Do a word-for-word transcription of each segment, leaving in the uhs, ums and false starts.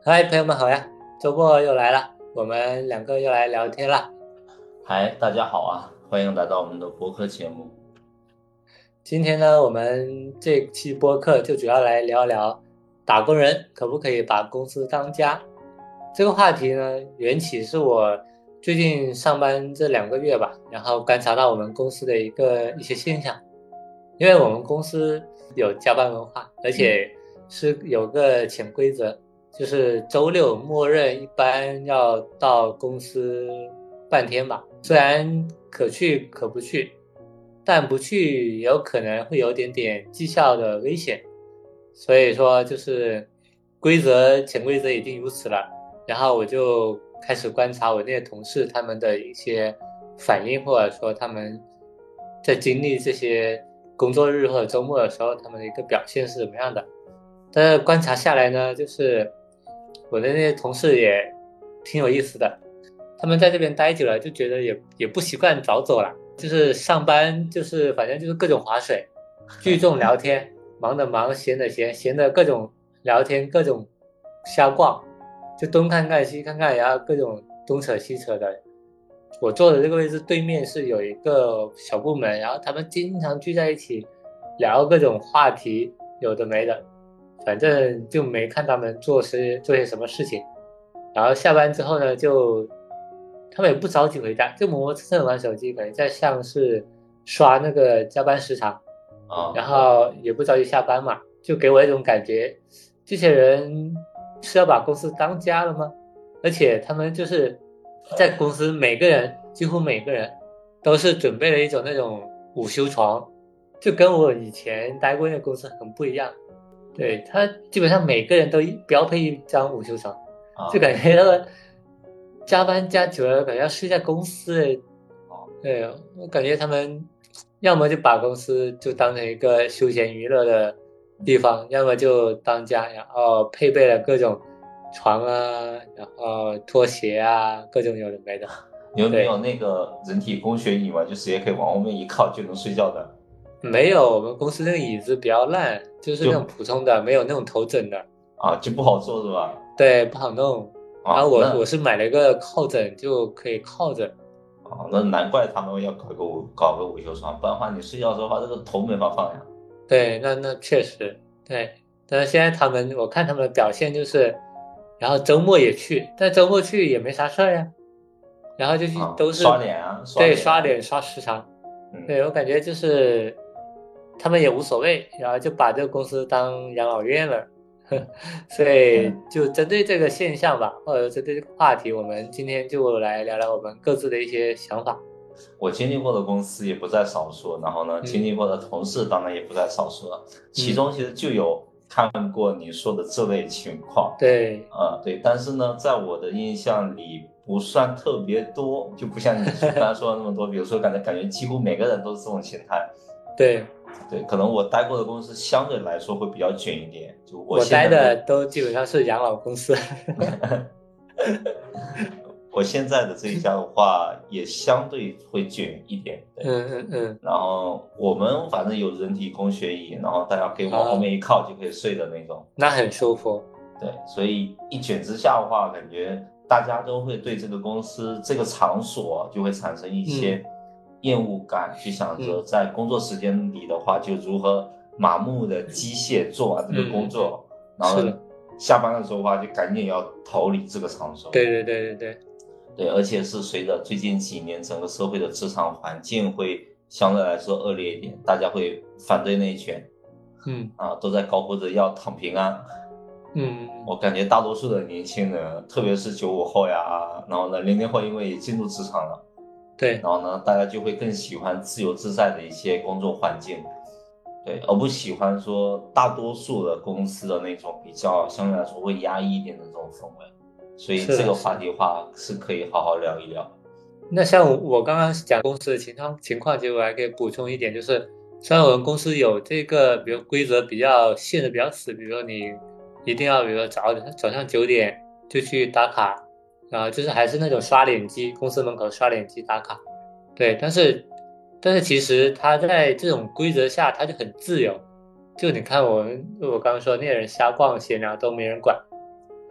嗨，朋友们好呀！周末又来了，我们两个又来聊天了。 嗨，大家好啊，欢迎来到我们的播客节目。 今天呢，我们这期播客就主要来聊聊打工人可不可以把公司当家。这个话题呢，缘起是我最近上班这两个月吧，然后观察到我们公司的一个一些现象。因为我们公司有加班文化，而嗯， 且是有个潜规则，就是周六默认一般要到公司半天吧，虽然可去可不去，但不去也有可能会有点点绩效的危险。所以说就是规则潜规则已经如此了，然后我就开始观察我那些同事他们的一些反应，或者说他们在经历这些工作日或者周末的时候，他们的一个表现是怎么样的。但是观察下来呢，就是我的那些同事也挺有意思的，他们在这边待久了，就觉得也也不习惯早走了，就是上班就是反正就是各种划水，聚众聊天，忙的忙，闲的闲，闲的各种聊天，各种瞎逛，就东看看西看看，然后各种东扯西扯的。我坐的这个位置对面是有一个小部门，然后他们经常聚在一起聊各种话题，有的没的，反正就没看他们做些做些什么事情。然后下班之后呢，就他们也不着急回家，就磨磨蹭蹭玩手机，感觉在像是刷那个加班时长，然啊， 后也不着急下班嘛，就给我一种感觉，这些人是要把公司当家了吗？而且他们就是在公司每个人几乎每个人都是准备了一种那种午休床，就跟我以前待过那个公司很不一样。对，他基本上每个人都一标配一张午休床，就啊， 感觉那个加班加久了，感觉要睡在公司诶。 哦， 对，我感觉他们要么就把公司就当成一个休闲娱乐的地方，要么就当家，然后配备了各种床啊，然后拖鞋啊，各种有的没的。 你有没有对， 那个人体工学椅嘛？就直接可以往后面一靠就能睡觉的， 没有，我们公司那个椅子比较烂，就是那种就普通的，没有那种头枕的。 啊就不好坐是吧？ 对，不好弄。然后啊， 我我那是买了一个靠枕，就可以靠着。 啊那难怪他们要搞个午搞个午休床，不然的话你睡觉的话这个头没法放呀。 对，那那确实对。但是现在他们，我看他们的表现就是，然后周末也去，但周末去也没啥事儿呀，然后就去啊， 都是刷脸啊，刷对脸啊， 刷脸刷时长。 嗯， 对，我感觉就是他们也无所谓，然后就把这个公司当养老院了。所以嗯， 就针对这个现象吧，或者针对这个话题，我们今天就来聊聊我们各自的一些想法。 我经历过的公司也不在少数，然后呢，经嗯历过的同事当然也不在少数了，其嗯， 中其实就有看过你说的这类情况。 对。 呃，对，但是呢，在我的印象里不算特别多，就不像你说刚才说的那么多。比如说，感觉感觉几乎每个人都是这种心态。 对， 对，可能我待过的公司相对来说会比较卷一点。就我我待现在的， 的都基本上是养老公司。 我现在的这一家的话，也相对会卷一点。对， 嗯嗯嗯， 然后我们反正有人体工学椅，然后大家可以往后好， 面一靠就可以睡的那种。 那很舒服。 对，所以一卷之下的话，感觉大家都会对这个公司、这个场所就会产生一嗯些厌恶感，就想着嗯在工作时间里的话，就如何麻木的机械做完这个嗯嗯嗯， 工作，然后呢， 是的， 下班的时候的话，就赶紧要逃离这个场所。 对对对对对， 对，而且是随着最近几年整个社会的职场环境会相对来说恶劣一点，大家会反对内卷嗯啊，都在高呼着要躺平啊。 嗯， 我感觉大多数的年轻人，特别是九五后呀，然后呢，零零后因为也进入职场了， 对， 然后呢，大家就会更喜欢自由自在的一些工作环境，对，而不喜欢说大多数的公司的那种比较相对来说会压抑一点的这种氛围，所以是的， 这个是的。 话题的话是可以好好聊一聊。 那像我刚刚讲公司的情况情况，其实我还可以补充一点，就是虽然我们公司有这个，比如规则比较限的比较死，比如说你一定要，比如说早早上九点就去打卡，然后就是还是那种刷脸机，公司门口刷脸机打卡。对，但是但是其实他在这种规则下，他就很自由。就你看我们，我刚刚说那些人瞎逛闲聊都没人管，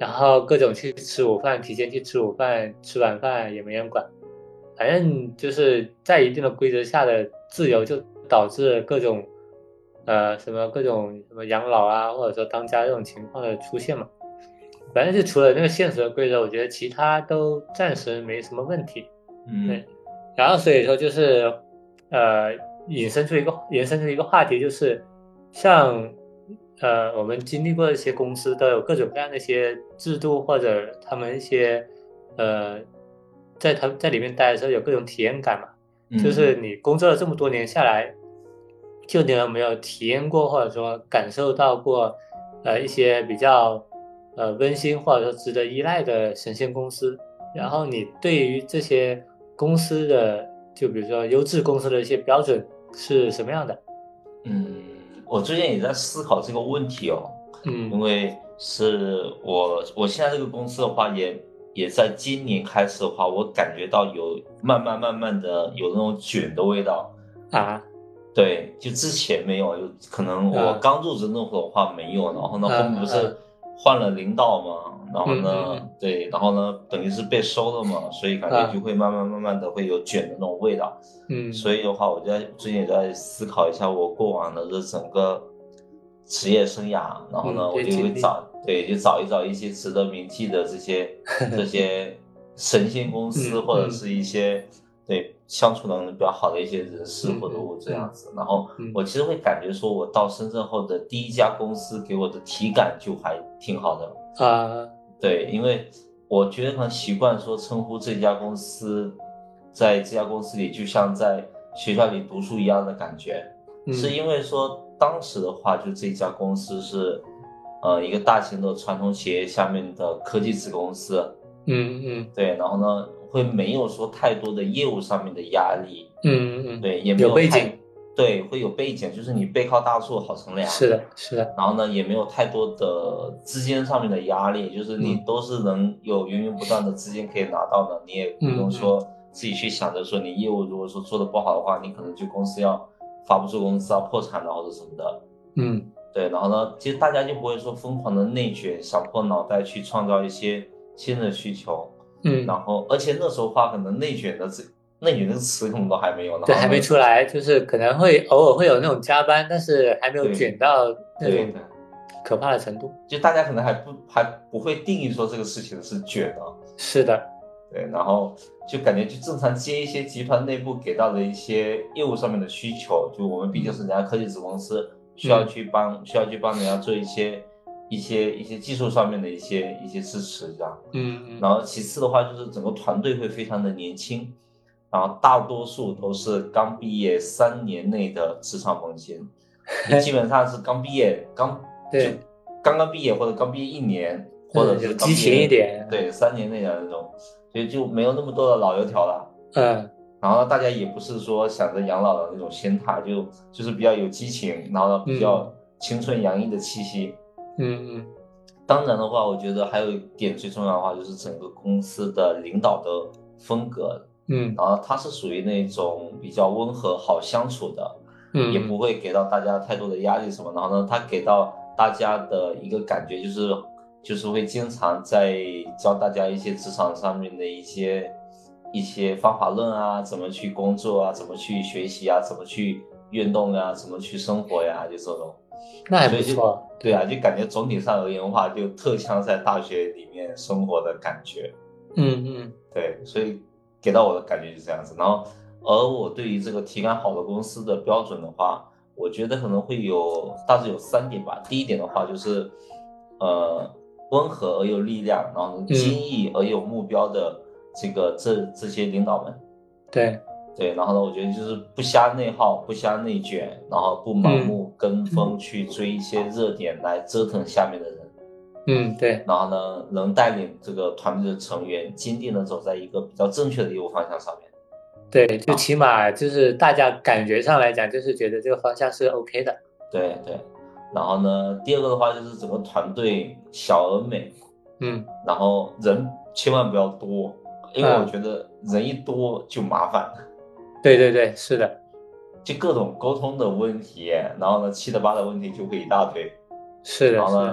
然后各种去吃午饭，提前去吃午饭，吃晚饭也没人管，反正就是在一定的规则下的自由，就导致各种呃什么各种什么养老啊，或者说当家这种情况的出现嘛。反正就除了那个现实的规则，我觉得其他都暂时没什么问题。 嗯对，然后所以说就是呃引申出一个延伸出一个话题，就是像呃我们经历过的一些公司都有各种各样的一些制度，或者他们一些呃在他在里面待的时候有各种体验感嘛。就是嗯你工作了这么多年下来，就你有没有体验过或者说感受到过呃一些比较呃温馨或者说值得依赖的神仙公司？然后你对于这些公司的，就比如说优质公司的一些标准是什么样的？ 嗯，我最近也在思考这个问题哦，因嗯为是我我现在这个公司的话也，也在今年开始的话，我感觉到有慢慢慢慢的有那种卷的味道。 啊对，就之前没有，就可能我啊刚入职那会儿的话没有，然后呢， 啊后面不是啊换了领导嘛，然后嗯呢， 嗯对，然后呢，等于是被收了嘛，所以感觉就嗯啊会慢慢慢慢的会有卷的那种味道。 嗯所以的话，我就在最近也在思考一下我过往的这整个职业生涯，然后嗯， 呢，我就会这经历， 找，对，就找一找一些值得铭记的这些这些神仙公司，或者嗯嗯是一些对相处能力比较好的一些人事嗯或者物这样嗯子。然后嗯我其实会感觉说，我到深圳后的第一家公司给我的体感就还挺好的。 嗯啊对，因为我觉得可能习惯说称呼这家公司，在这家公司里就像在学校里读书一样的感觉，是嗯因为说当时的话，就这家公司是，呃，一个大型的传统企业下面的科技子公司。 嗯嗯对，然后呢，会没有说太多的业务上面的压力。 嗯嗯， 对，也没有有太， 背景， 对，会有背景，就是你背靠大树好乘凉。 是的，是的， 然后呢，也没有太多的资金上面的压力，就是你嗯都是能有源源不断的资金可以拿到的，你也不用嗯嗯说自己去想着说你业务如果说做的不好的话，你可能就公司要发不出工资啊、破产了或者什么的。 嗯对，然后呢，其实大家就不会说疯狂的内卷，想破脑袋去创造一些新的需求。 嗯， 然后，而且那时候的话，可能内卷的这内卷这个词可能都还没有。然对，还没后呢， 出来，就是可能会偶尔会有那种加班，但是还没有对卷到那种对的， 可怕的程度。 就大家可能还不还不会定义说这个事情是卷的。 是的， 对，然后就感觉就正常接一些集团内部给到的一些业务上面的需求，就我们毕竟是人家科技子公司，需要去帮需要去帮人家做一些一些一些技术上面的一些一些支持这样。 嗯嗯然后其次的话就是整个团队会非常的年轻，然后大多数都是刚毕业三年内的职场萌新，就基本上是刚毕业刚就对， 刚刚毕业或者刚毕业一年，或者嗯，有是刚激情一毕业点， 对三年内的那种。所以就没有那么多的老油条了。 嗯然后大家也不是说想着养老的那种心态，就就是比较有激情，然后呢比嗯较青春洋溢的气息。 嗯嗯当然的话，我觉得还有一点最重要的话，就是整个公司的领导的风格。 嗯然后他是属于那种比较温和、好相处的，也不嗯会给到大家太多的压力什么。然后呢，他给到大家的一个感觉就是，就是会经常在教大家一些职场上面的一些一些方法论啊，怎么去工作啊，怎么去学习啊，怎么去运动啊，怎么去生活呀，就这种。 那还所以就不错， 对啊，就感觉总体上而言的话，就特像在大学里面生活的感觉。 嗯嗯对，所以给到我的感觉就是这样子。然后，而我对于这个体感好的公司的标准的话，我觉得可能会有大致有三点吧。第一点的话就是，呃，温和而有力量，然后精嗯， 益而有目标的这个这这些领导们。 对， 对，然后呢，我觉得就是不瞎内耗，不瞎内卷，然后不盲嗯目跟风去追一些热点来折腾下面的人。 嗯对然后呢，能带领这个团队的成员坚定的走在一个比较正确的业务方向上面。 对，就起码就是大家感觉上来讲，就是觉得这个方向是 OK 的。 对对。然后呢，第二个的话就是整个团队小而美， 嗯然后人千万不要多，因为我啊， 觉得人一多就麻烦， 对对对，是的， 就各种沟通的问题，然后呢七的八的问题就会一大堆。 是的， 然后呢， 是的，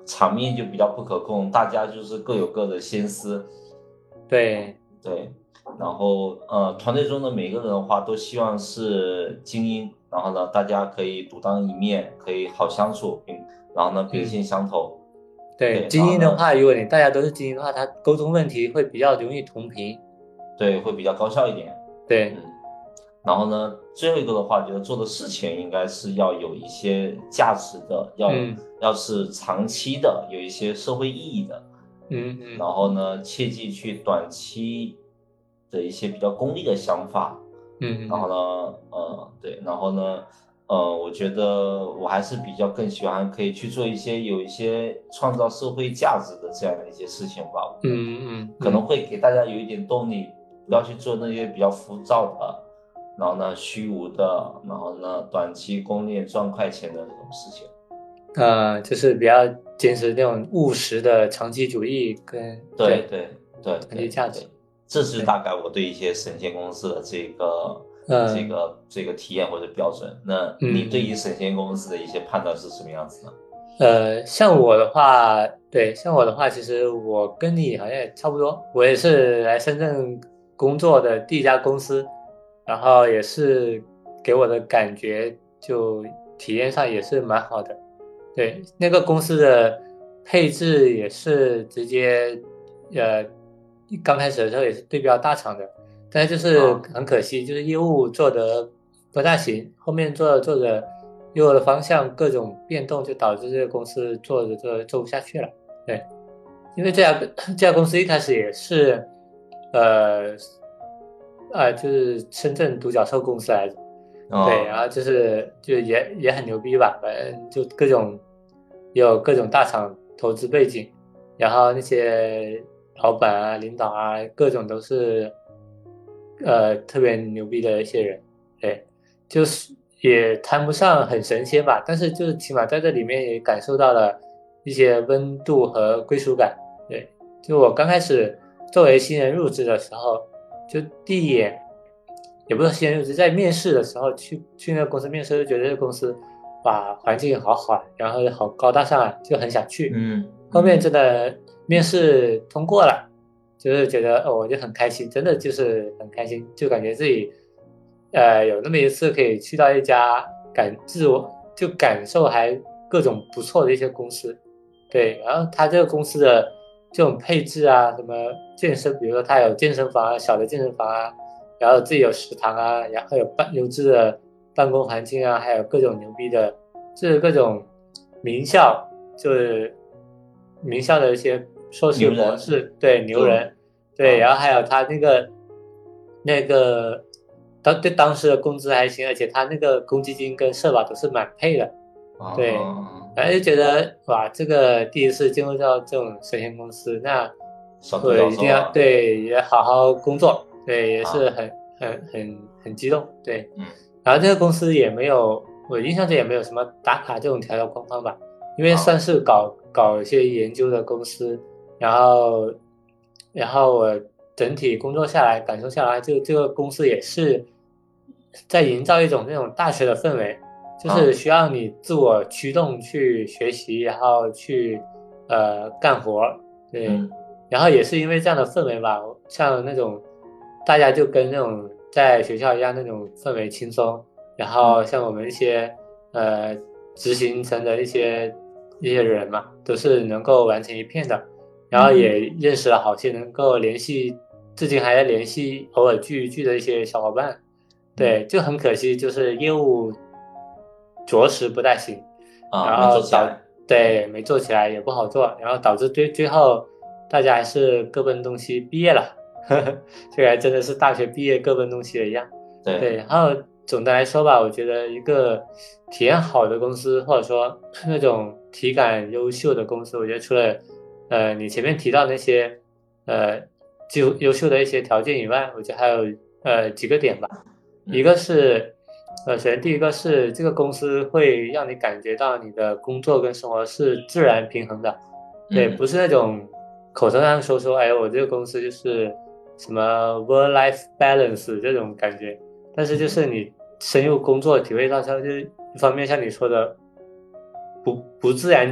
场面就比较不可控，大家就是各有各的心思。 对对，然后呃，团队中的每个人的话都希望是精英，然后呢，大家可以独当一面，可以好相处，并然后呢，并嗯心相投。 对， 对，然精后呢， 英的话，如果你大家都是精英的话，他沟通问题会比较容易同频。 对，会比较高效一点。 对， 嗯，然后呢，最后一个的话，觉得做的事情应该是要有一些价值的，要、 嗯要是长期的，有一些社会意义的。 嗯嗯然后呢，切忌去短期的一些比较功利的想法。然后嗯嗯呢，呃，对，然后呢，呃，我觉得我还是比较更喜欢可以去做一些有一些创造社会价值的这样的一些事情吧。 嗯嗯嗯， 可能会给大家有一点动力，不要去做那些比较浮躁的，然后呢虚无的，然后呢短期功利赚快钱的这种事情。 呃，就是比较坚持那种务实的长期主义跟对对对对长期对价值。 对，这是对， 大概我对一些省钱公司的这个这嗯个这个体验或者标准。那你对于嗯。 省钱公司的一些判断是什么样子呢？ 呃，像我的话，对，像我的话，其实我跟你好像也差不多，我也是来深圳工作的第一家公司，然后也是给我的感觉就体验上也是蛮好的。对，那个公司的配置也是直接，呃，刚开始的时候也是对标大厂的，但是就是啊， 很可惜，就是业务做得不大行，后面做着做着，业务的方向各种变动，就导致这个公司做着做着做不下去了。对，因为这家这家公司一开始也是，呃，呃，就是深圳独角兽公司来着。对，然哦， 后就是就也也很牛逼吧，反正就各种有各种大厂投资背景，然后那些老板啊、领导啊，各种都是呃特别牛逼的一些人。对，就是也谈不上很神仙吧，但是就是起码在这里面也感受到了一些温度和归属感。对，就我刚开始作为新人入职的时候，就第一眼。也不是新人入职，在面试的时候去去那个公司面试，就觉得这个公司哇环境好好啊，然后好高大上啊，就很想去。 嗯后面嗯真的面试通过了，就是觉得哦，我就很开心，真的就是很开心，就感觉自己呃有那么一次可以去到一家感自我就感受还各种不错的一些公司。对，然后他这个公司的这种配置啊，什么健身，比如说他有健身房啊，小的健身房啊。然后自己有食堂啊，然后有办优质的办公环境啊，还有各种牛逼的，就是各种名校，就是名校的一些硕士、 牛人博士，对牛就人，对，然啊后还有他那个那个当对当时的工资还行，而且他那个公积金跟社保都是满配的，对， 啊， 然后就觉得哇，这个第一次进入到这种生鲜公司，那小独我一定要角兽啊对也好好工作，对，也是啊， 很很很很激动，对。 嗯然后这个公司也没有，我印象中也没有什么打卡这种条条框框吧，因为算啊是搞搞一些研究的公司，然后然后我整体工作下来，感受下来，这个这个公司也是在营造一种那种大学的氛围。就是啊， 需要你自我驱动去学习，然后去呃干活儿，对， 嗯然后也是因为这样的氛围吧，像那种大家就跟那种在学校一样那种氛围轻松，然后嗯像我们一些呃执行层的一些一些人嘛，都是能够完成一片的，然后也嗯认识了好些能够联系，至今还在联系，偶尔聚一聚的一些小伙伴。 嗯对，就很可惜，就是业务着实不太行， 啊， 然没后导做起来。 对没做起来也不好做，然后导致最最后大家还是各奔东西毕业了，呵呵，这个还真的是大学毕业各奔东西的一样。对， 对， 然后总的来说吧，我觉得一个体验好的公司，或者说那种体感优秀的公司，我觉得除了呃你前面提到那些呃就优秀的一些条件以外，我觉得还有呃几个点吧。一嗯个是，呃，首先第一个是这个公司会让你感觉到你的工作跟生活是自然平衡的，对，不嗯是那种口头上说说，哎，我这个公司就是什么 work-life balance 这种感觉，但是就是你深入工作体会到它，就是一方面像你说的不不自然卷，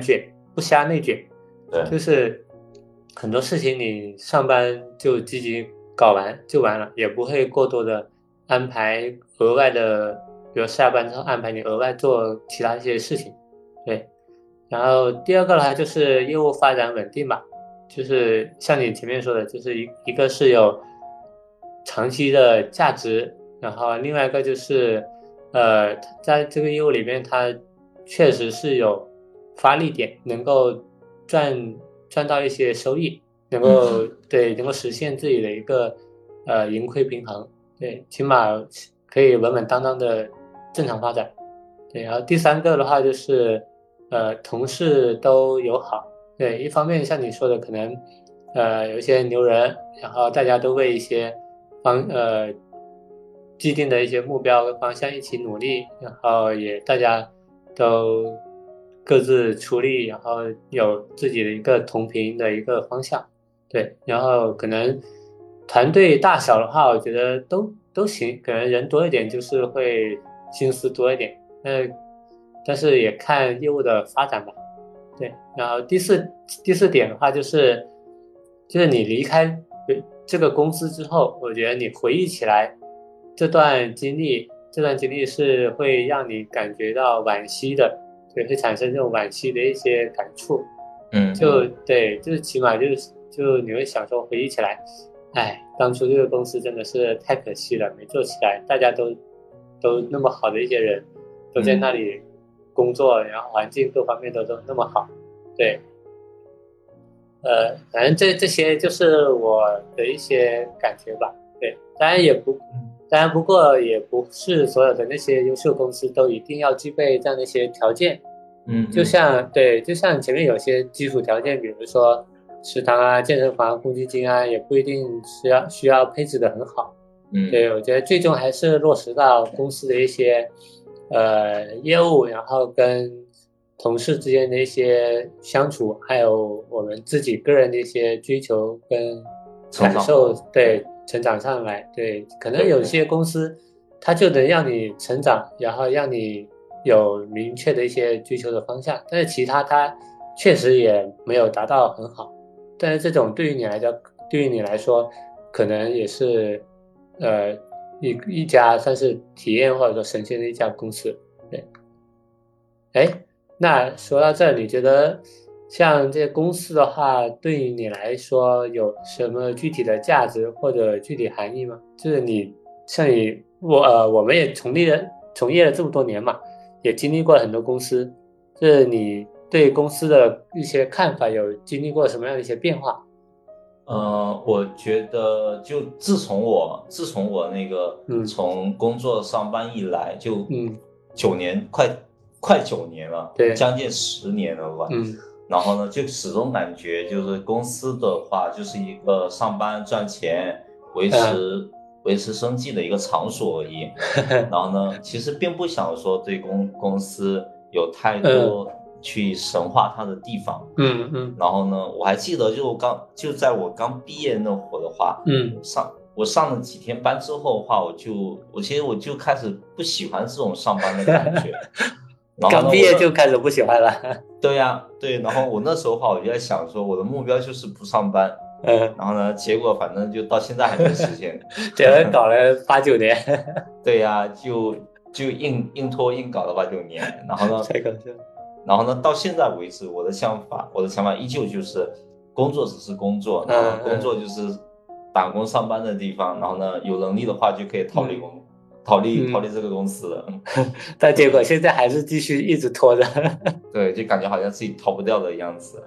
不瞎内卷， 对， 就是很多事情你上班就积极搞完就完了，也不会过多的安排额外的，比如下班之后安排你额外做其他一些事情，对。然后第二个的话就是业务发展稳定吧，就是像你前面说的，就是一一个是有长期的价值，然后另外一个就是呃，在这个业务里面，它确实是有发力点，能够赚赚到一些收益，能够对能够实现自己的一个呃盈亏平衡，对，起码可以稳稳当当的正常发展。对，然后第三个的话就是，呃，同事都友好。对，一方面像你说的，可能，呃，有一些牛人，然后大家都为一些方呃既定的一些目标和方向一起努力，然后也大家都各自出力，然后有自己的一个同频的一个方向。对，然后可能团队大小的话，我觉得都都行，可能人多一点就是会心思多一点。呃，但是也看业务的发展吧。对，然后第四第四点的话就是，就是你离开呃这个公司之后，我觉得你回忆起来这段经历，这段经历是会让你感觉到惋惜的，对，会产生这种惋惜的一些感触。 嗯， 就对，就是起码就是就你会想说回忆起来，哎，当初这个公司真的是太可惜了，没做起来，大家都都那么好的一些人。都在那里工作，然后环境各方面都都那么好，对，呃，反正这这些就是我的一些感觉吧，对，当然也不，当然不过也不是所有的那些优秀公司都一定要具备这样的一些条件， 嗯， 就像对，就像前面有些基础条件，比如说食堂啊、健身房、公积金啊，也不一定需要需要配置的很好， 嗯， 对，我觉得最终还是落实到公司的一些。呃，业务，然后跟同事之间的一些相处，还有我们自己个人的一些追求跟感受，对，成长上来，对，可能有些公司它就能让你成长，然后让你有明确的一些追求的方向，但是其他它确实也没有达到很好，但是这种对于你来讲，对于你来说，可能也是，呃。一一家算是体验或者说神仙的一家公司，对。哎，那说到这，你觉得像这些公司的话，对于你来说有什么具体的价值或者具体含义吗？就是你像你我呃，我们也从业了从业了这么多年嘛，也经历过很多公司，就是你对公司的一些看法有经历过什么样的一些变化？ 呃，我觉得就自从我自从我那个嗯从工作上班以来，就嗯， 九年，快快九年了， 对， 将近十年了吧。 嗯然后呢，就始终感觉就是公司的话，就是一个上班赚钱、维嗯持维持生计的一个场所而已。然后呢，其实并不想说对公公司有太嗯多去神化它的地方。 嗯嗯然后呢，我还记得，就我刚就在我刚毕业那会儿的话， 嗯上我上了几天班之后的话，我就我其实我就开始不喜欢这种上班的感觉。然后呢， 刚毕我那业就开始不喜欢了。 对呀，对，然后我那时候的话，我就在想说，我的目标就是不上班。 嗯， 然后呢，结果反正就到现在还没实现。 这搞了八九年， 对呀，就就硬硬拖硬搞了八九年。然后呢， 太搞笑。 然后呢，到现在为止，我的想法，我的想法依旧就是，工作只是工作，然后工作就是打工上班的地方。然后呢，有能力的话就可以逃离公，嗯、逃离逃离这个公司。 但结果现在还是继续一直拖着。 对，就感觉好像自己逃不掉的样子。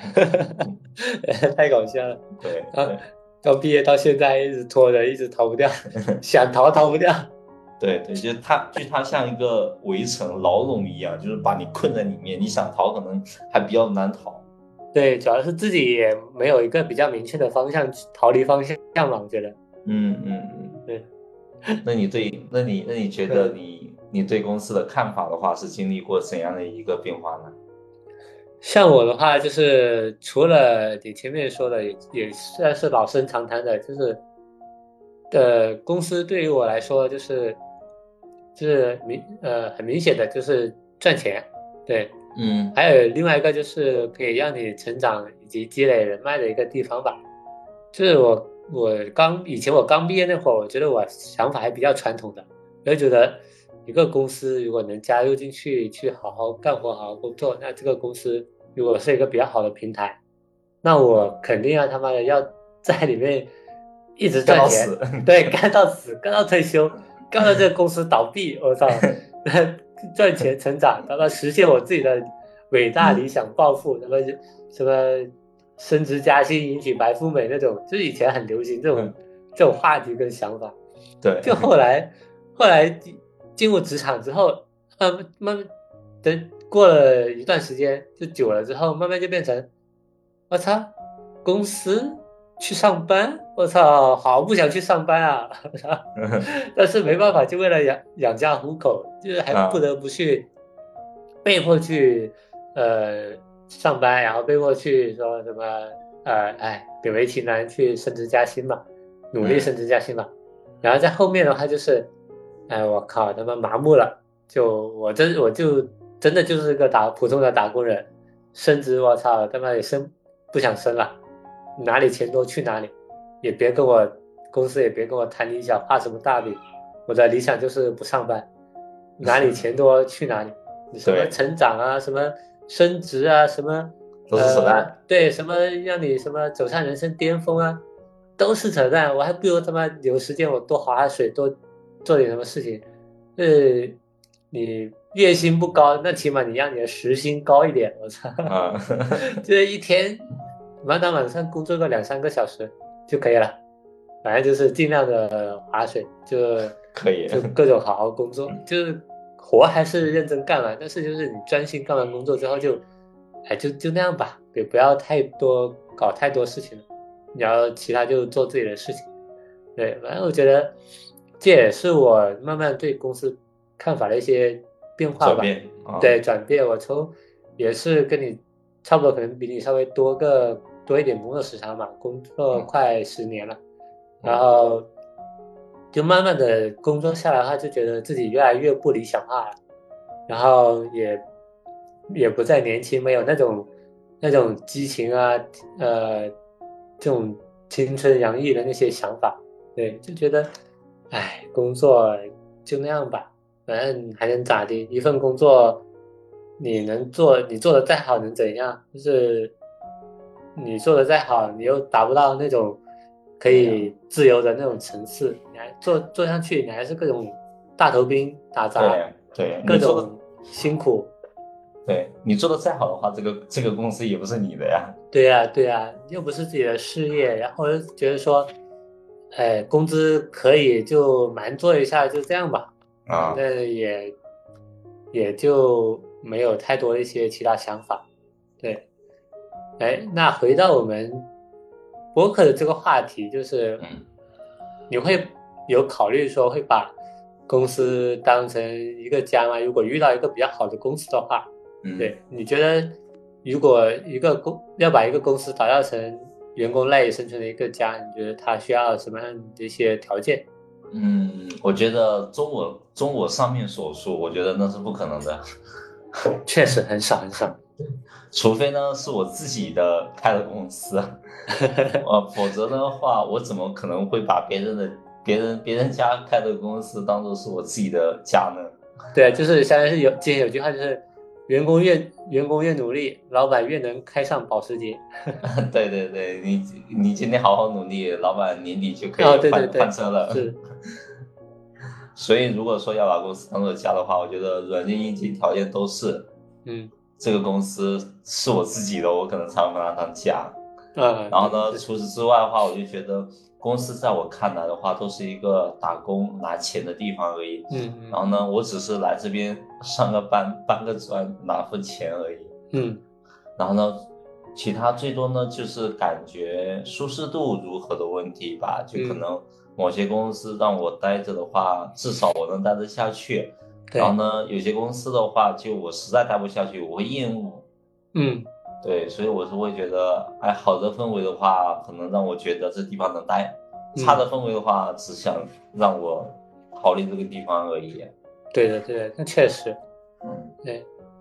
太搞笑了。 对， 啊，刚毕业到现在一直拖着，一直逃不掉，想逃逃不掉。 对对，就它就它像一个围城牢笼一样，就是把你困在里面，你想逃可能还比较难逃。 对，主要是自己也没有一个比较明确的方向，逃离方向嘛，我觉得。 嗯嗯嗯， 对。 那你对，那你那你觉得你你对公司的看法的话，是经历过怎样的一个变化呢？ 像我的话，就是除了你前面说的，也也算是老生常谈的，就是呃，公司对于我来说，就是就是明呃很明显的就是赚钱，对， 嗯还有另外一个就是可以让你成长以及积累人脉的一个地方吧。就是我我刚以前我刚毕业那会儿，我觉得我想法还比较传统的，我就觉得一个公司如果能加入进去，去好好干活、好好工作，那这个公司如果是一个比较好的平台，那我肯定要他妈的要在里面一直赚钱， 干到死。 对，干到死，干到退休，干到这个公司倒闭，我操，赚钱成长，然后实现我自己的伟大理想抱负，什么什么升职加薪、迎娶白富美那种，就是以前很流行这种、 嗯这种话题跟想法。 对， 就后来后来进进入职场之后，慢慢慢慢等过了一段时间，就久了之后，慢慢就变成，我操，公司去上班，我操，好不想去上班啊！我操，但是没办法，就为了养养家糊口，就是还不得不去，被迫去呃上班，然后被迫去说什么呃，哎，勉为其难去升职加薪嘛，努力升职加薪嘛。然后在后面的话就是，哎，我靠，他妈麻木了，就我真我就真的就是个打普通的打工人，升职我操他妈也升不想升了，哪里钱多去哪里，也别跟我公司也别跟我谈理想画什么大饼，我的理想就是不上班，哪里钱多去哪里，你什么对成长啊，什么升职啊，什么都是扯淡。 呃，对，什么让你什么走上人生巅峰啊，都是扯淡，我还不如他妈有时间我多划划水，多做点什么事情。呃，你月薪不高，那起码你让你的时薪高一点。我操， 啊， 就是一天满打满算工作个两三个小时就可以了，反正就是尽量的划水，就可以， 就各种好好工作，就是活还是认真干完，但是就是你专心干完工作之后就，哎，就就那样吧，也不要太多搞太多事情了。你要其他就做自己的事情，对，反正我觉得这也是我慢慢对公司看法的一些变化吧， 转变啊。 对，转变。我从也是跟你差不多，可能比你稍微多个多一点工作时长嘛，工作快十年了，然后就慢慢的工作下来的话，就觉得自己越来越不理想化了，然后也也不再年轻，没有那种那种激情啊，呃，这种青春洋溢的那些想法，对，就觉得，哎，工作就那样吧，反正还能咋地？一份工作，你能做，你做的再好能怎样？就是你做的再好，你又达不到那种可以自由的那种层次，你还做做上去，你还是各种大头兵打杂， 对对， 各你做的种辛苦。 对你做的再好的话，这个这个公司也不是你的呀。 对呀，对呀，又不是自己的事业，然后又觉得说，哎，工资可以就蛮做一下，就这样吧，反啊， 正也也就没有太多的一些其他想法。对，哎，那回到我们播客的这个话题，就是嗯你会有考虑说会把公司当成一个家吗？如果遇到一个比较好的公司的话， 嗯对，你觉得如果一个公要把一个公司打造成员工赖以生存的一个家，你觉得它需要什么样的一些条件？ 嗯，我觉得中我中我上面所述，我觉得那是不可能的。 确实很少很少。 除非呢是我自己的开的公司，呃，否则的话，我怎么可能会把别人的别人别人家开的公司当做是我自己的家呢？ 对，就是相当于是有之前有句话就是员工越员工越努力，老板越能开上保时捷。 对对对，你你今天好好努力，老板年底就可哦， 以换、 对对对， 换车了。 是， 所以如果说要把公司当做家的话，我觉得软件硬件条件都是， 嗯这个公司是我自己的，我可能才会把它当家。 啊， 然后呢， 对除此之外的话，我就觉得公司在我看来的话，都是一个打工拿钱的地方而已。 嗯嗯然后呢，我只是来这边上个班，搬个砖，拿份钱而已。 嗯然后呢，其他最多呢就是感觉舒适度如何的问题吧，就可嗯， 能某些公司让我待着的话，至少我能待得下去。 对， 然后呢，有些公司的话，就我实在待不下去，我会厌恶。 嗯对，所以我是会觉得，哎，好的氛围的话，可能让我觉得这地方能待；差嗯， 的氛围的话，只想让我逃离这个地方而已。 对的对的，那确实， 嗯对，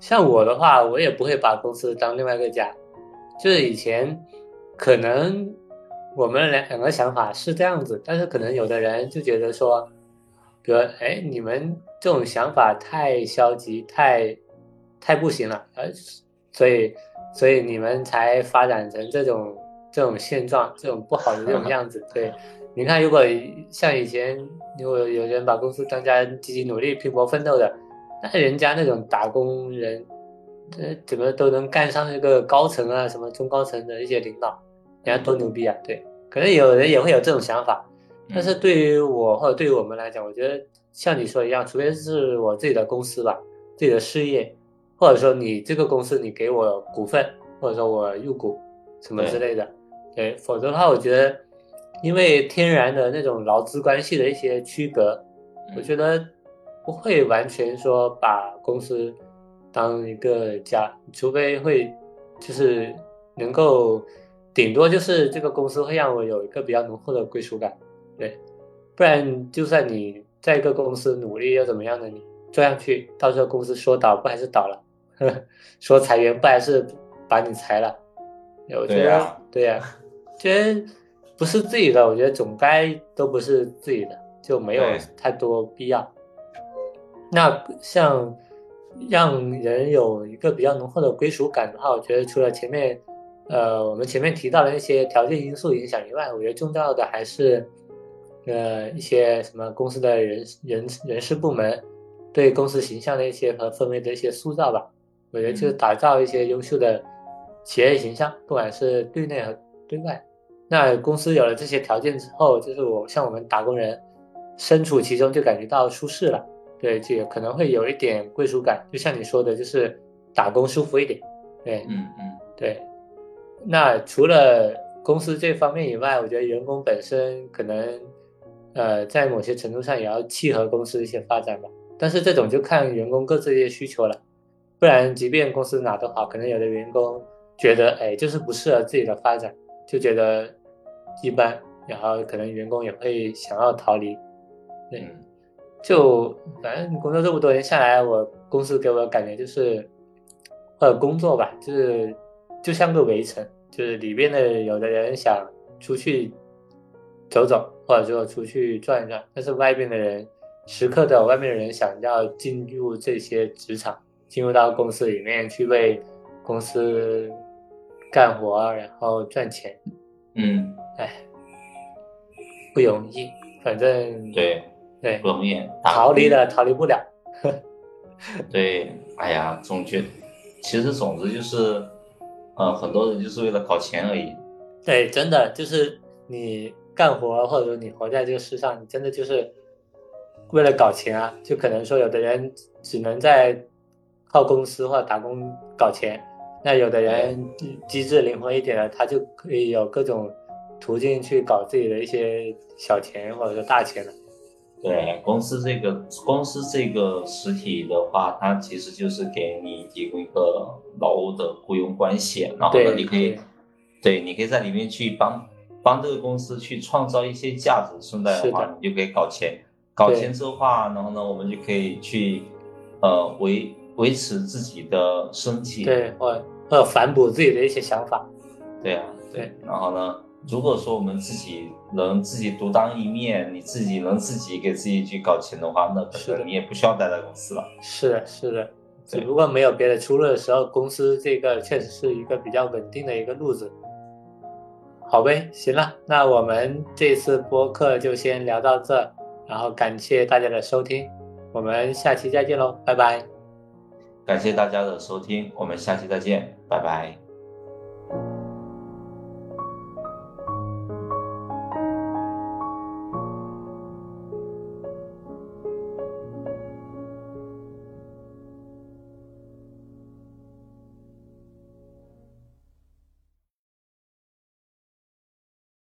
像我的话，我也不会把公司当另外一个家。就是以前可能我们两两个想法是这样子，但是可能有的人就觉得说，比如哎，你们这种想法太消极，太太不行了，呃，所以所以你们才发展成这种这种现状，这种不好的这种样子。对，你看，如果像以前如果有人把公司当家，积极努力、拼搏奋斗的。那人家那种打工人，呃，怎么都能干上那个高层啊，什么中高层的一些领导，人家多牛逼啊！对，可能有人也会有这种想法，但是对于我或者对于我们来讲，我觉得像你说的一样，除非是我自己的公司吧，自己的事业，或者说你这个公司你给我股份，或者说我入股什么之类的，对，否则的话，我觉得因为天然的那种劳资关系的一些区隔，我觉得。不会完全说把公司当一个家，除非会就是能够顶多就是这个公司会让我有一个比较浓厚的归属感，对，不然就算你在一个公司努力又怎么样呢？你做上去，到时候公司说倒不还是倒了，呵呵，说裁员不还是把你裁了？我觉得对呀、啊，觉得不是自己的，我觉得总该都不是自己的，就没有太多必要。那像让人有一个比较浓厚的归属感的话，我觉得除了前面，呃，我们前面提到的那些条件因素影响以外，我觉得重要的还是，呃，一些什么公司的人人人事部门对公司形象的一些和氛围的一些塑造吧。我觉得就是打造一些优秀的企业形象，不管是对内和对外。那公司有了这些条件之后，就是我像我们打工人身处其中就感觉到舒适了。对，这个可能会有一点归属感，就像你说的，就是打工舒服一点。对， 嗯嗯， 对。那除了公司这方面以外，我觉得员工本身可能，呃，在某些程度上也要契合公司一些发展吧。但是这种就看员工各自的一些需求了，不然即便公司哪都好，可能有的员工觉得，哎，就是不适合自己的发展，就觉得一般，然后可能员工也会想要逃离。对。 嗯就反正工作这么多年下来，我公司给我的感觉就是，或者工作吧，就是就像个围城，就是里边的有的人想出去走走，或者说出去转一转，但是外边的人时刻的外面的人想要进入这些职场，进入到公司里面去为公司干活，然后赚钱。 嗯， 哎，不容易，反正对。 对， 不容易， 逃离了逃离不了。 对，哎呀，总觉其实总之就是，呃，很多人就是为了搞钱而已。 对，真的就是你干活或者说你活在这个世上，你真的就是为了搞钱啊。就可能说有的人只能在靠公司或者打工搞钱，那有的人机智灵活一点的，他就可以有各种途径去搞自己的一些小钱或者说大钱了。 对，公司这个公司这个实体的话，它其实就是给你提供一个劳务的雇佣关系，然后呢，你可以，对，你可以在里面去帮帮这个公司去创造一些价值，顺带的话，你就可以搞钱，搞钱之后的话，然后呢，我们就可以去，呃，维维持自己的生计， 对，或或者反哺自己的一些想法。 对啊，对，然后呢？如果说我们自己能自己独当一面，你自己能自己给自己去搞钱的话，那可能你也不需要待在公司了。 是的，是的，只不过没有别的出路的时候，公司这个确实是一个比较稳定的一个路子。好呗，行了，那我们这次播客就先聊到这，然后感谢大家的收听，我们下期再见喽，拜拜。 感谢大家的收听，我们下期再见，拜拜。